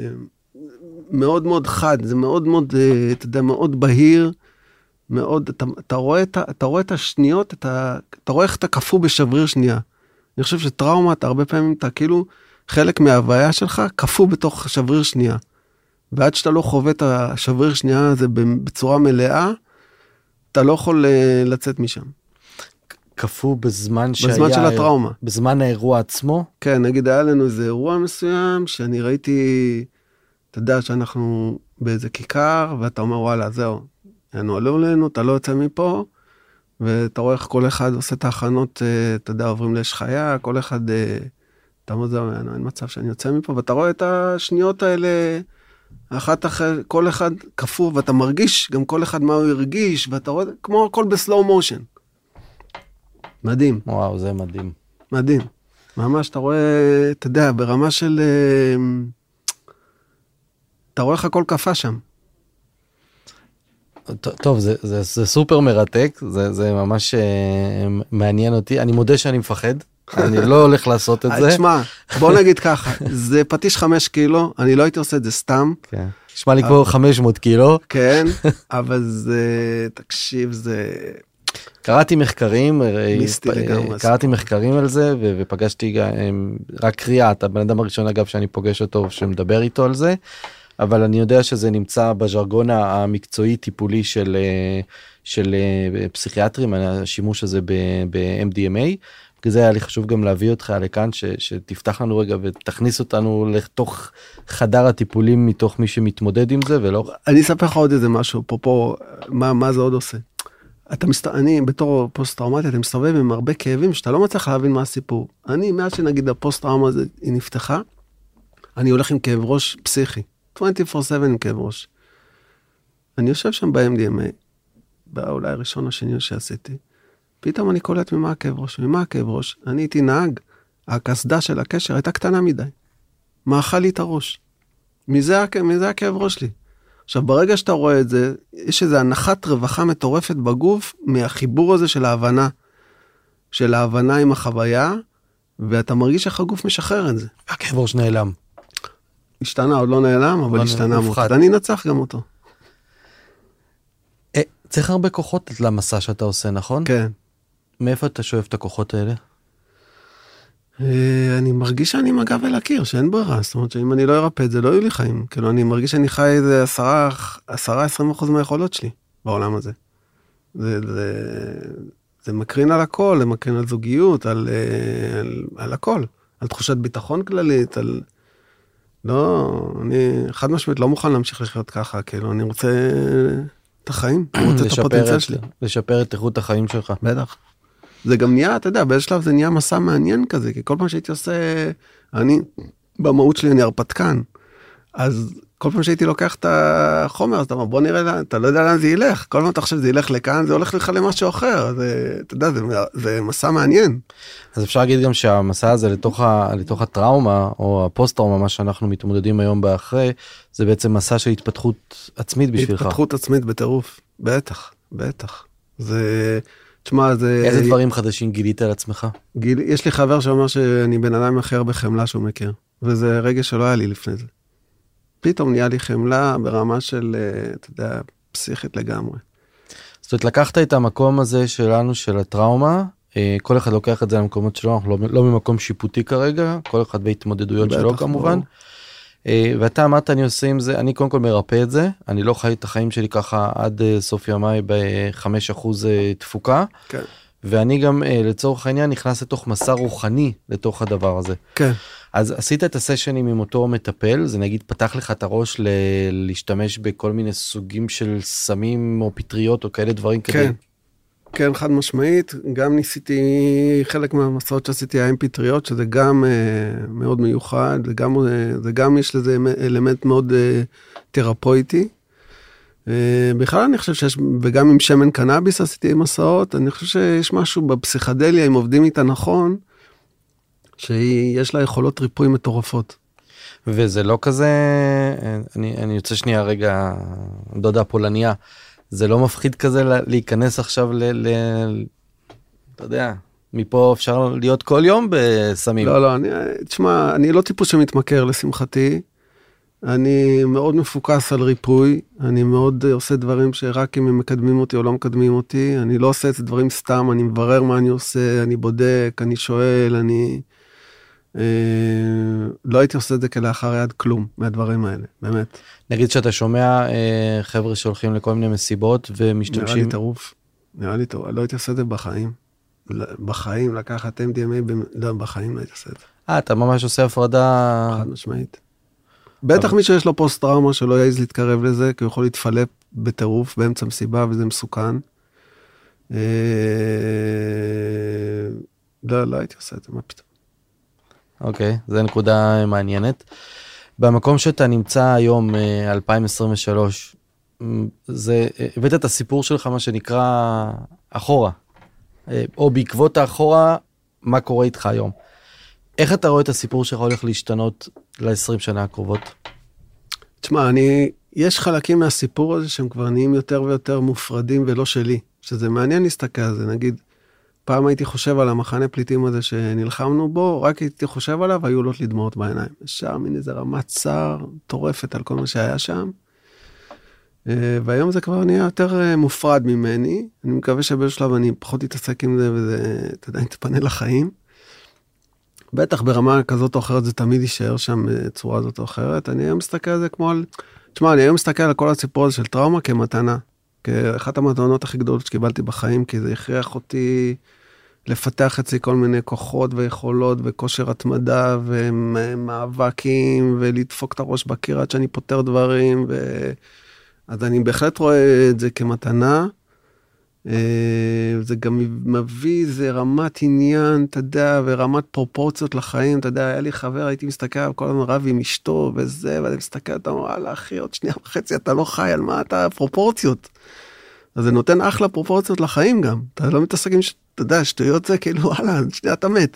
מאוד מאוד חד, זה מאוד מאוד, אתה יודע, מאוד בהיר, מאוד, אתה, אתה רואה את, אתה רואה את השניות, אתה, אתה רואה איך אתה קפוא בשבריר שנייה. אני חושב שטראומה, אתה הרבה פעמים, אתה כאילו, חלק מההוויה שלך, קפוא בתוך שבריר שנייה. ועד שאתה לא חווה את השבריר שנייה הזה בצורה מלאה, אתה לא יכול לצאת משם. קפוא בזמן שהיה... בזמן של הטראומה. בזמן האירוע עצמו? כן, נגיד, היה לנו איזה אירוע מסוים, שאני ראיתי, אתה יודע, שאנחנו באיזה כיכר, ואתה אומר, וואלה, זהו, נועלו לנו, אתה לא יוצא מפה, ואתה רואה איך כל אחד עושה את ההכנות, אתה יודע, עוברים לאש חיה, כל אחד, אתה אומר, זהו, אין מצב שאני יוצא מפה, ואתה רואה את השניות האלה, אחת אחרי, כל אחד קפוא, ואתה מרגיש גם כל אחד מה הוא הרגיש, ואתה רואה, כמו הכל בסלואו מושן. מדהים. וואו, זה מדהים. מדהים. ממש, אתה רואה, אתה יודע, ברמה של, אתה רואה איך הכל קפה שם. טוב, זה, זה, זה סופר מרתק, זה, זה ממש מעניין אותי. אני מודה שאני מפחד, אני לא הולך לעשות את זה. תשמע, בוא נגיד ככה, זה פטיש חמש קילו, אני לא הייתי עושה את זה סתם. כן. נשמע לי כמו חמש מאות קילו. כן, אבל זה, תקשיב, זה... קראתי מחקרים, מיסטי לגמרי. קראתי מחקרים על זה, ופגשתי רק קריאה, אתה בן אדם הראשון אגב שאני פוגש אותו, שמדבר איתו על זה. אבל אני יודע שזה נמצא בז'רגון המקצועי טיפולי של, של פסיכיאטרים, השימוש הזה ב-אם די אם איי, כי זה היה לי חשוב גם להביא אותך לכאן, ש, שתפתח לנו רגע ותכניס אותנו לתוך חדר הטיפולים מתוך מי שמתמודד עם זה, ולא... אני אספר לך עוד איזה משהו, פה פה, מה, מה זה עוד עושה. אתה מסת... אני בתור פוסט-טראומטי, אתה מסתובב עם הרבה כאבים, שאתה לא מצליח להבין מה הסיפור. אני, מאז שנגיד הפוסט-טראומה הזה, היא נפתחה, אני הולך עם כאב ראש פסיכי. עשרים וארבע שבע עם כאב ראש. אני יושב שם ב-אם די אם איי, באולי הראשון השני שעשיתי, פתאום אני קולט ממה הכאב ראש, ממה הכאב ראש, אני הייתי נהג, הכסדה של הקשר הייתה קטנה מדי, מאכל לי את הראש, מזה, מזה הכאב ראש לי. עכשיו ברגע שאתה רואה את זה, יש איזו הנחת רווחה מטורפת בגוף, מהחיבור הזה של ההבנה, של ההבנה עם החוויה, ואתה מרגיש איך הגוף משחרר את זה. הכאב ראש נעלם. השתנה, עוד לא נעלם, אבל השתנה מוחד. אני נצח גם אותו. צריך הרבה כוחות למסע שאתה עושה, נכון? כן. מאיפה אתה שואף את הכוחות האלה? אני מרגיש שאני עם הגב אל הקיר, שאין ברירה. זאת אומרת שאם אני לא ארפא את זה, לא יהיו לי חיים. כאילו, אני מרגיש שאני חי איזה עשרה, עשרה, עשרים אחוז מהיכולות שלי בעולם הזה. זה, זה, זה מקרין על הכל, זה מקרין על זוגיות, על, על, על הכל. על תחושת ביטחון כללית, על... לא, אני חד משמעית לא מוכן להמשיך לחיות ככה, כאילו, אני רוצה את החיים, אני רוצה את הפוטנציאל שלי. לשפר את איכות החיים שלך. בטח. זה גם נהיה, אתה יודע, באיזה שלב זה נהיה מסע מעניין כזה, כי כל פעם שהייתי עושה, אני, במהות שלי אני הרפתקן, אז כל פעם שהייתי לוקח את החומר, אז אתה אומר, בוא נראה, אתה לא יודע לאן זה ילך, כל פעם אתה חושב שזה ילך לכאן, זה הולך לך למשהו אחר, זה, אתה יודע, זה, זה מסע מעניין. אז אפשר להגיד גם שהמסע הזה לתוך, ה, לתוך הטראומה, או הפוסט-טראומה, מה שאנחנו מתמודדים היום באחרי, זה בעצם מסע של התפתחות עצמית בשבילך. התפתחות עצמית בטירוף, בטח, בטח. זה, תשמע, זה... איזה דברים חדשים גילית על עצמך? גיל, יש לי חבר שאומר שאני בן אדם הכי הרבה חמלה שהוא מכיר. וזה רגע שלא היה לי לפני זה. פתאום נהיה לי חמלה ברמה של, אתה יודע, פסיכית לגמרי. זאת אומרת, לקחת את המקום הזה שלנו, של הטראומה, כל אחד לוקח את זה למקומות שלו, אנחנו לא, לא ממקום שיפוטי כרגע, כל אחד בהתמודדות שלו כמובן. ואתה אמרת, אני עושה עם זה, אני קודם כל מרפא את זה, אני לא חי את החיים שלי ככה עד סוף ימיי ב-חמישה אחוז תפוקה, כן. ואני גם לצורך העניין נכנס לתוך מסע רוחני לתוך הדבר הזה. כן. אז עשית את הסשנים עם אותו מטפל, זה נגיד פתח לך את הראש ל- להשתמש בכל מיני סוגים של סמים או פטריות או כאלה דברים כדי... כן, כן, חד משמעית, גם ניסיתי, חלק מהמסעות שעשיתי היה עם פטריות, שזה גם uh, מאוד מיוחד, זה גם, uh, זה גם יש לזה אלמנט מאוד uh, תרפויטי. Uh, בכלל אני חושב שיש, וגם עם שמן קנאביס עשיתי עם מסעות, אני חושב שיש משהו בפסיכדליה, אם עובדים איתה נכון, שיש לה יכולות ריפוי מטורפות. וזה לא כזה, אני, אני יוצא שנייה רגע, דודה פולניה, זה לא מפחיד כזה להיכנס עכשיו ל... ל אתה יודע, מפה אפשר להיות כל יום בסמים. לא, לא, אני, תשמע, אני לא טיפוס שמתמכר לשמחתי, אני מאוד מפוקס על ריפוי, אני מאוד עושה דברים שרק אם הם מקדמים אותי או לא מקדמים אותי, אני לא עושה את זה דברים סתם, אני מברר מה אני עושה, אני בודק, אני שואל, אני... לא הייתי עושה את זה כלאחר יד כלום מהדברים האלה, באמת. נגיד שאתה שומע חבר'ה שהולכים לכל מיני מסיבות ומשתמשים... נראה לי טירוף, נראה לי טירוף, לא הייתי עושה את זה בחיים. בחיים לקחת אם די אם איי, לא, בחיים לא הייתי עושה את זה. אה, אתה ממש עושה הפרדה... חד משמעית. בטח מי שיש לו פוסט טראומה שלא יעז להתקרב לזה, כי הוא יכול להתפלפ בטירוף באמצע מסיבה וזה מסוכן. לא, לא הייתי עושה את זה, מה פתאום. אוקיי, זו נקודה מעניינת. במקום שאתה נמצא היום, אלפיים עשרים ושלוש, זה, הבאת את הסיפור שלך, מה שנקרא, אחורה, או בעקבות האחורה, מה קורה איתך היום. איך אתה רואה את הסיפור שלך הולך להשתנות ל-עשרים שנה הקרובות? תשמע, אני, יש חלקים מהסיפור הזה שהם כבר נהיים יותר ויותר מופרדים ולא שלי, שזה מעניין להסתכל על זה, נגיד, פעם הייתי חושב על המחנה פליטים הזה שנלחמנו בו, רק הייתי חושב עליו, היו עולות לי דמעות בעיניים. ישר מין איזה רמת צער, טורפת על כל מה שהיה שם. והיום זה כבר נהיה יותר מופרד ממני. אני מקווה שבשלב אני פחות אתעסק עם זה, וזה, אתה יודע, נתפנה לחיים. בטח ברמה כזאת או אחרת, זה תמיד יישאר שם בצורה הזאת או אחרת. אני היום מסתכל על זה כמו על... תשמע, אני היום מסתכל על כל הסיפור הזה של טראומה כמתנה. כאחת המתנות הכי גדולות שקיבלתי בחיים, כי זה הכריח אותי לפתח אצלי כל מיני כוחות ויכולות וכושר התמדה ומאבקים ולדפוק את הראש בקיר עד שאני פותר דברים. ו... אז אני בהחלט רואה את זה כמתנה. זה גם מביא איזה רמת עניין, אתה יודע, ורמת פרופורציות לחיים. אתה יודע, היה לי חבר, הייתי מסתכל על כל הזמן רב עם אשתו וזה, ואני מסתכל, אתה אומר, וואלה, אחי, עוד שנייה וחצי, אתה לא חי, על מה אתה פרופורציות? אז זה נותן אחלה פרופורציות לחיים גם. אתה לא מתעסק עם, אתה יודע, שטויות זה כאילו, וואלה, שנייה אתה מת.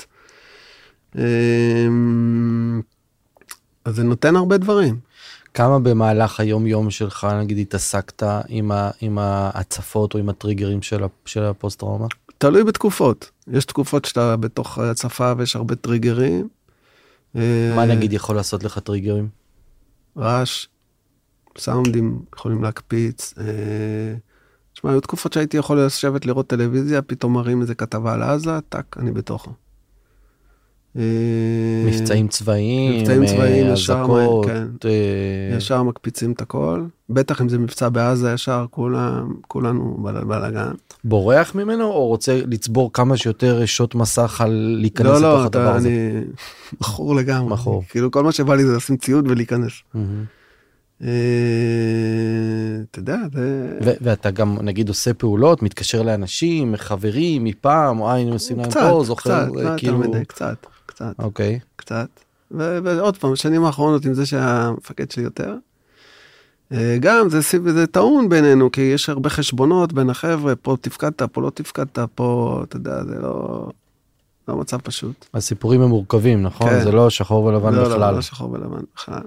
אז זה נותן הרבה דברים. כמה במהלך היום-יום שלך, נגיד, התעסקת עם, ה, עם ההצפות או עם הטריגרים של, של הפוסט-טראומה? תלוי בתקופות. יש תקופות שאתה בתוך הצפה ויש הרבה טריגרים. מה נגיד יכול לעשות לך טריגרים? רעש, סאונדים יכולים להקפיץ. תשמע, היו תקופות שהייתי יכול לשבת לראות טלוויזיה, פתאום מראים איזה כתבה על עזה, טק, אני בתוכו. מבצעים צבאיים, מבצעים צבאיים, ישר, כן. אה... ישר מקפיצים את הכל. בטח אם זה מבצע בעזה, ישר כולם, כולנו בלגן. בורח ממנו או רוצה לצבור כמה שיותר שוט מסך על להיכנס לא, לתוך לא, הדבר הזה? לא, אני מכור לגמרי. מכור. כאילו כל מה שבא לי זה לשים ציוד ולהיכנס. אתה יודע, זה... ואתה גם נגיד עושה פעולות, מתקשר לאנשים, חברים, מפעם, או היינו עושים להם פה, זוכר, כאילו... קצת, קצת. אוקיי. קצת. ועוד פעם, בשנים האחרונות עם זה שהמפקד שלי יותר, גם זה, זה טעון בינינו, כי יש הרבה חשבונות בין החבר'ה, פה תפקדת, פה לא תפקדת, פה, אתה יודע, זה לא, לא מצב פשוט. הסיפורים הם מורכבים, נכון? כן. זה לא שחור ולבן לא, בכלל. לא, לא שחור ולבן בכלל.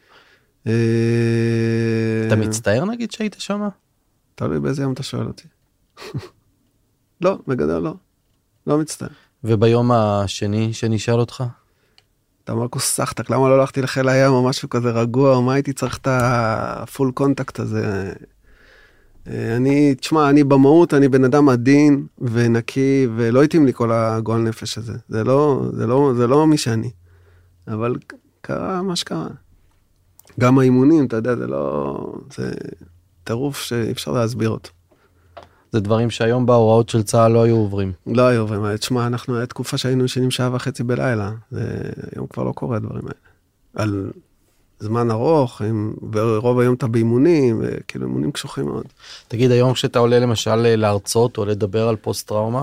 אתה מצטער נגיד שהיית שמה? תלוי באיזה יום אתה שואל אותי. לא, בגדול לא. לא מצטער. וביום השני שנשאל אותך? אתה מרקוס סחטק, למה לא הלכתי לחיל הים או משהו כזה רגוע, מה הייתי צריך את הפול קונטקט הזה? אני, תשמע, אני במהות, אני בן אדם עדין ונקי, ולא התאים לי כל הגועל נפש הזה. זה לא, זה לא, זה לא מי שאני. אבל קרה מה שקרה. גם האימונים, אתה יודע, זה לא, זה טירוף שאי אפשר להסביר אותו. זה דברים שהיום בהוראות של צה"ל לא היו עוברים. לא היו עוברים. תשמע, אנחנו, היה תקופה שהיינו ישנים שעה וחצי בלילה. זה, היום כבר לא קורה הדברים האלה. על זמן ארוך, עם, ורוב היום אתה באימונים, וכאילו אימונים קשוחים מאוד. תגיד, היום כשאתה עולה למשל להרצות או לדבר על פוסט-טראומה,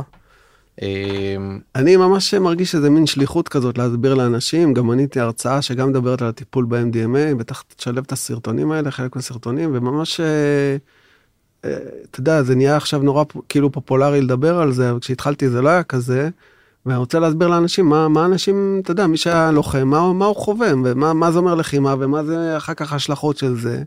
אני ממש מרגיש שזה מין שליחות כזאת להסביר לאנשים, גם עניתי הרצאה שגם מדברת על הטיפול ב-אם די אם איי, בטח תשלב את הסרטונים האלה, חלק מהסרטונים, וממש, אתה יודע, זה נהיה עכשיו נורא כאילו פופולרי לדבר על זה, אבל כשהתחלתי זה לא היה כזה, ואני רוצה להסביר לאנשים מה, מה אנשים, אתה יודע, מי שהיה לוחם, מה, מה הוא חווה, ומה מה זה אומר לחימה, ומה זה אחר כך השלכות של זה.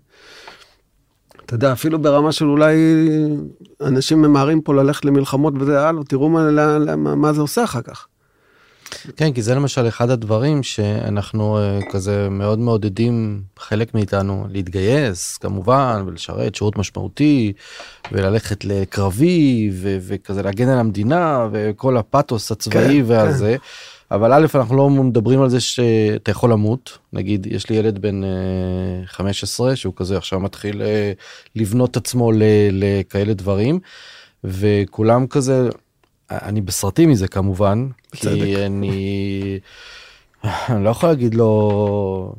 אתה יודע, אפילו ברמה של אולי אנשים ממהרים פה ללכת למלחמות וזה, הלו, תראו מה, מה, מה זה עושה אחר כך. כן, כי זה למשל אחד הדברים שאנחנו כזה מאוד מעודדים חלק מאיתנו להתגייס, כמובן, ולשרת שירות משמעותי, וללכת לקרבי, ו- וכזה להגן על המדינה, וכל הפאטוס הצבאי כן, והזה. כן. אבל א', אנחנו לא מדברים על זה שאתה יכול למות, נגיד, יש לי ילד בן חמש עשרה, שהוא כזה עכשיו מתחיל לבנות עצמו לכאלה דברים, וכולם כזה, אני בסרטים מזה כמובן, בצדק. כי אני, אני לא יכול להגיד לו...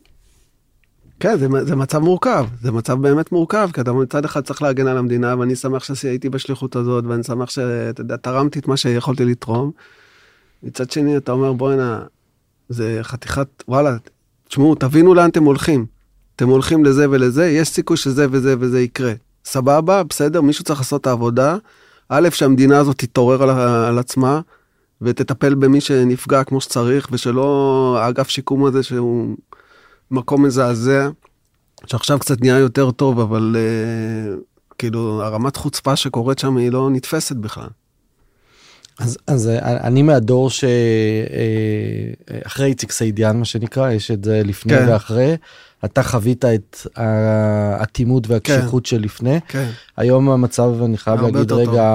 כן, זה, זה מצב מורכב, זה מצב באמת מורכב, כי אתה מצד אחד צריך להגן על המדינה, ואני שמח שהייתי בשליחות הזאת, ואני שמח שתרמתי את מה שיכולתי לתרום, מצד שני, אתה אומר, בואי נה, זה חתיכת, וואלה, תשמעו, תבינו לאן אתם הולכים. אתם הולכים לזה ולזה, יש סיכוי שזה וזה וזה יקרה. סבבה, בסדר, מישהו צריך לעשות את העבודה. א', שהמדינה הזאת תתעורר על, על עצמה, ותטפל במי שנפגע כמו שצריך, ושלא, האגף שיקום הזה שהוא מקום מזעזע, שעכשיו קצת נהיה יותר טוב, אבל אה, כאילו, הרמת חוצפה שקורית שם היא לא נתפסת בכלל. אז, אז אני מהדור שאחרי איציק סעידיאן, מה שנקרא, יש את זה לפני כן. ואחרי, אתה חווית את האטימות והקשיחות כן. של לפני. כן. היום המצב, אני חייב להגיד רגע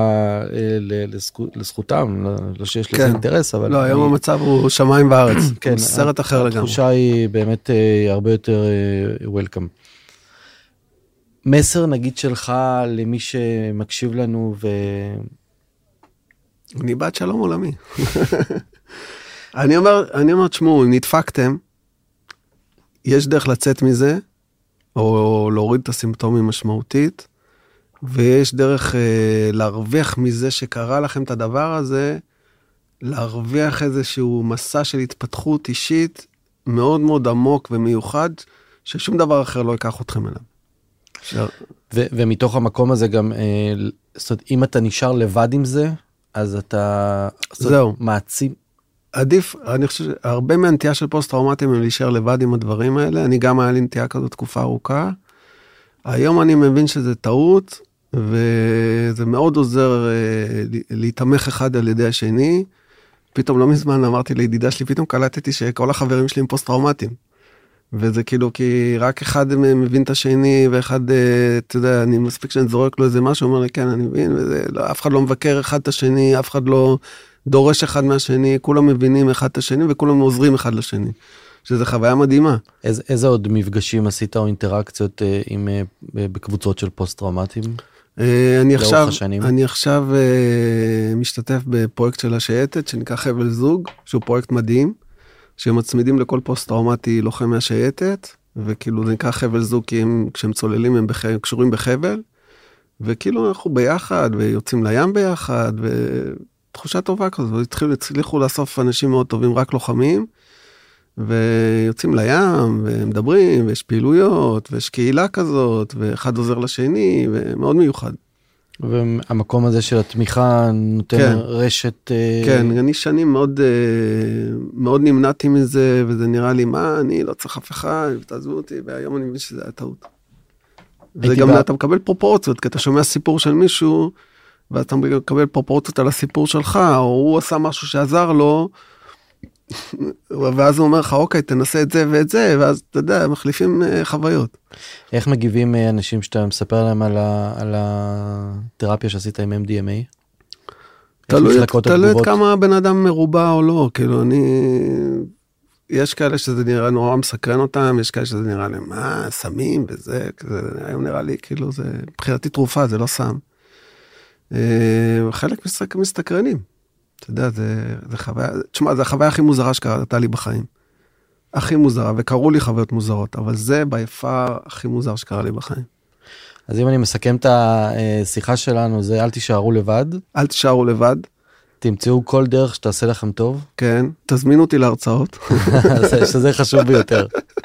לזכותם, לא שיש לזה כן. אינטרס, אבל... לא, היום אני... המצב הוא שמיים וארץ, כן, סרט אחר לגמרי. התחושה היא באמת הרבה יותר וולקאם. מסר נגיד שלך למי שמקשיב לנו ו... אני בעד שלום עולמי. אני אומר, אני אומר, תשמעו, אם נדפקתם, יש דרך לצאת מזה, או להוריד את הסימפטומים משמעותית, ויש דרך אה, להרוויח מזה שקרה לכם את הדבר הזה, להרוויח איזשהו מסע של התפתחות אישית, מאוד מאוד עמוק ומיוחד, ששום דבר אחר לא ייקח אתכם אליו. ש... ו- ומתוך המקום הזה גם, אה, זאת אומרת, אם אתה נשאר לבד עם זה, אז אתה זהו. מעצים. עדיף, אני חושב שהרבה מהנטייה של פוסט-טראומטיים הם להישאר לבד עם הדברים האלה. אני גם היה לי נטייה כזו תקופה ארוכה. היום אני מבין שזה טעות, וזה מאוד עוזר אה, להתאמך אחד על ידי השני. פתאום לא מזמן אמרתי לידידה שלי, פתאום קלטתי שכל החברים שלי הם פוסט-טראומטיים. וזה כאילו כי רק אחד מבין את השני, ואחד, אתה יודע, אני מספיק שאני זורק לו איזה משהו, הוא אומר לי, כן, אני מבין, וזה, לא, אף אחד לא מבקר אחד את השני, אף אחד לא דורש אחד מהשני, כולם מבינים אחד את השני, וכולם עוזרים אחד לשני. שזו חוויה מדהימה. איזה, איזה עוד מפגשים עשית או אינטראקציות אה, עם, אה, בקבוצות של פוסט-טראומטיים? אה, אני עכשיו, אני עכשיו אה, משתתף בפרויקט של השייטת, שנקרא חבל זוג, שהוא פרויקט מדהים, שמצמידים לכל פוסט-טראומטי לוחם מהשייטת, וכאילו זה נקרא חבל זוג, כי הם, כשהם צוללים הם בח... קשורים בחבל, וכאילו אנחנו ביחד, ויוצאים לים ביחד, ותחושה טובה כזאת, והתחילו, הצליחו לאסוף אנשים מאוד טובים, רק לוחמים, ויוצאים לים, ומדברים, ויש פעילויות, ויש קהילה כזאת, ואחד עוזר לשני, ומאוד מיוחד. והמקום הזה של התמיכה נותן כן. רשת... כן, אני שנים מאוד, מאוד נמנעתי מזה, וזה נראה לי, מה, אני לא צריך אף אחד, תעזבו אותי, והיום אני מבין שזה היה טעות. וגם בא... אתה מקבל פרופורציות, כי אתה שומע סיפור של מישהו, ואתה מקבל פרופורציות על הסיפור שלך, או הוא עשה משהו שעזר לו, ואז הוא אומר לך, אוקיי, תנסה את זה ואת זה, ואז אתה יודע, מחליפים חוויות. איך מגיבים אנשים שאתה מספר להם על, ה, על התרפיה שעשית עם אם די אם איי? תלוי את כמה בן אדם מרובע או לא, כאילו אני, יש כאלה שזה נראה נורא מסקרן אותם, יש כאלה שזה נראה להם, מה, סמים וזה, זה היום נראה לי, כאילו זה, מבחינתי תרופה, זה לא סם. חלק מסתקרנים, אתה יודע, זה, זה חוויה, תשמע, זה החוויה הכי מוזרה שקרתה לי בחיים. הכי מוזרה, וקראו לי חוויות מוזרות, אבל זה ביפר הכי מוזר שקרה לי בחיים. אז אם אני מסכם את השיחה שלנו, זה אל תישארו לבד. אל תישארו לבד. תמצאו כל דרך שתעשה לכם טוב. כן, תזמינו אותי להרצאות. שזה חשוב ביותר.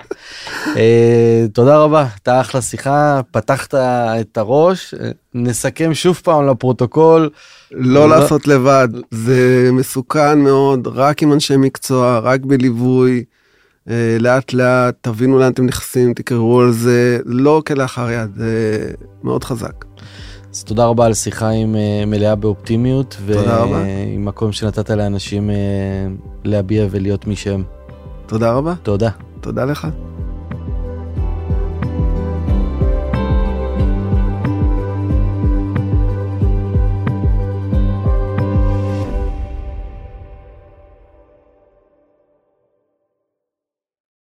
תודה רבה, הייתה אחלה שיחה, פתחת את הראש, נסכם שוב פעם לפרוטוקול. לא לעשות לבד, זה מסוכן מאוד, רק עם אנשי מקצוע, רק בליווי, לאט לאט, תבינו לאן אתם נכנסים, תקראו על זה, לא כלאחר יד, זה מאוד חזק. אז תודה רבה על שיחה עם מלאה באופטימיות, תודה רבה. ועם מקום שנתת לאנשים להביע ולהיות מי שהם. תודה רבה. תודה. תודה לך.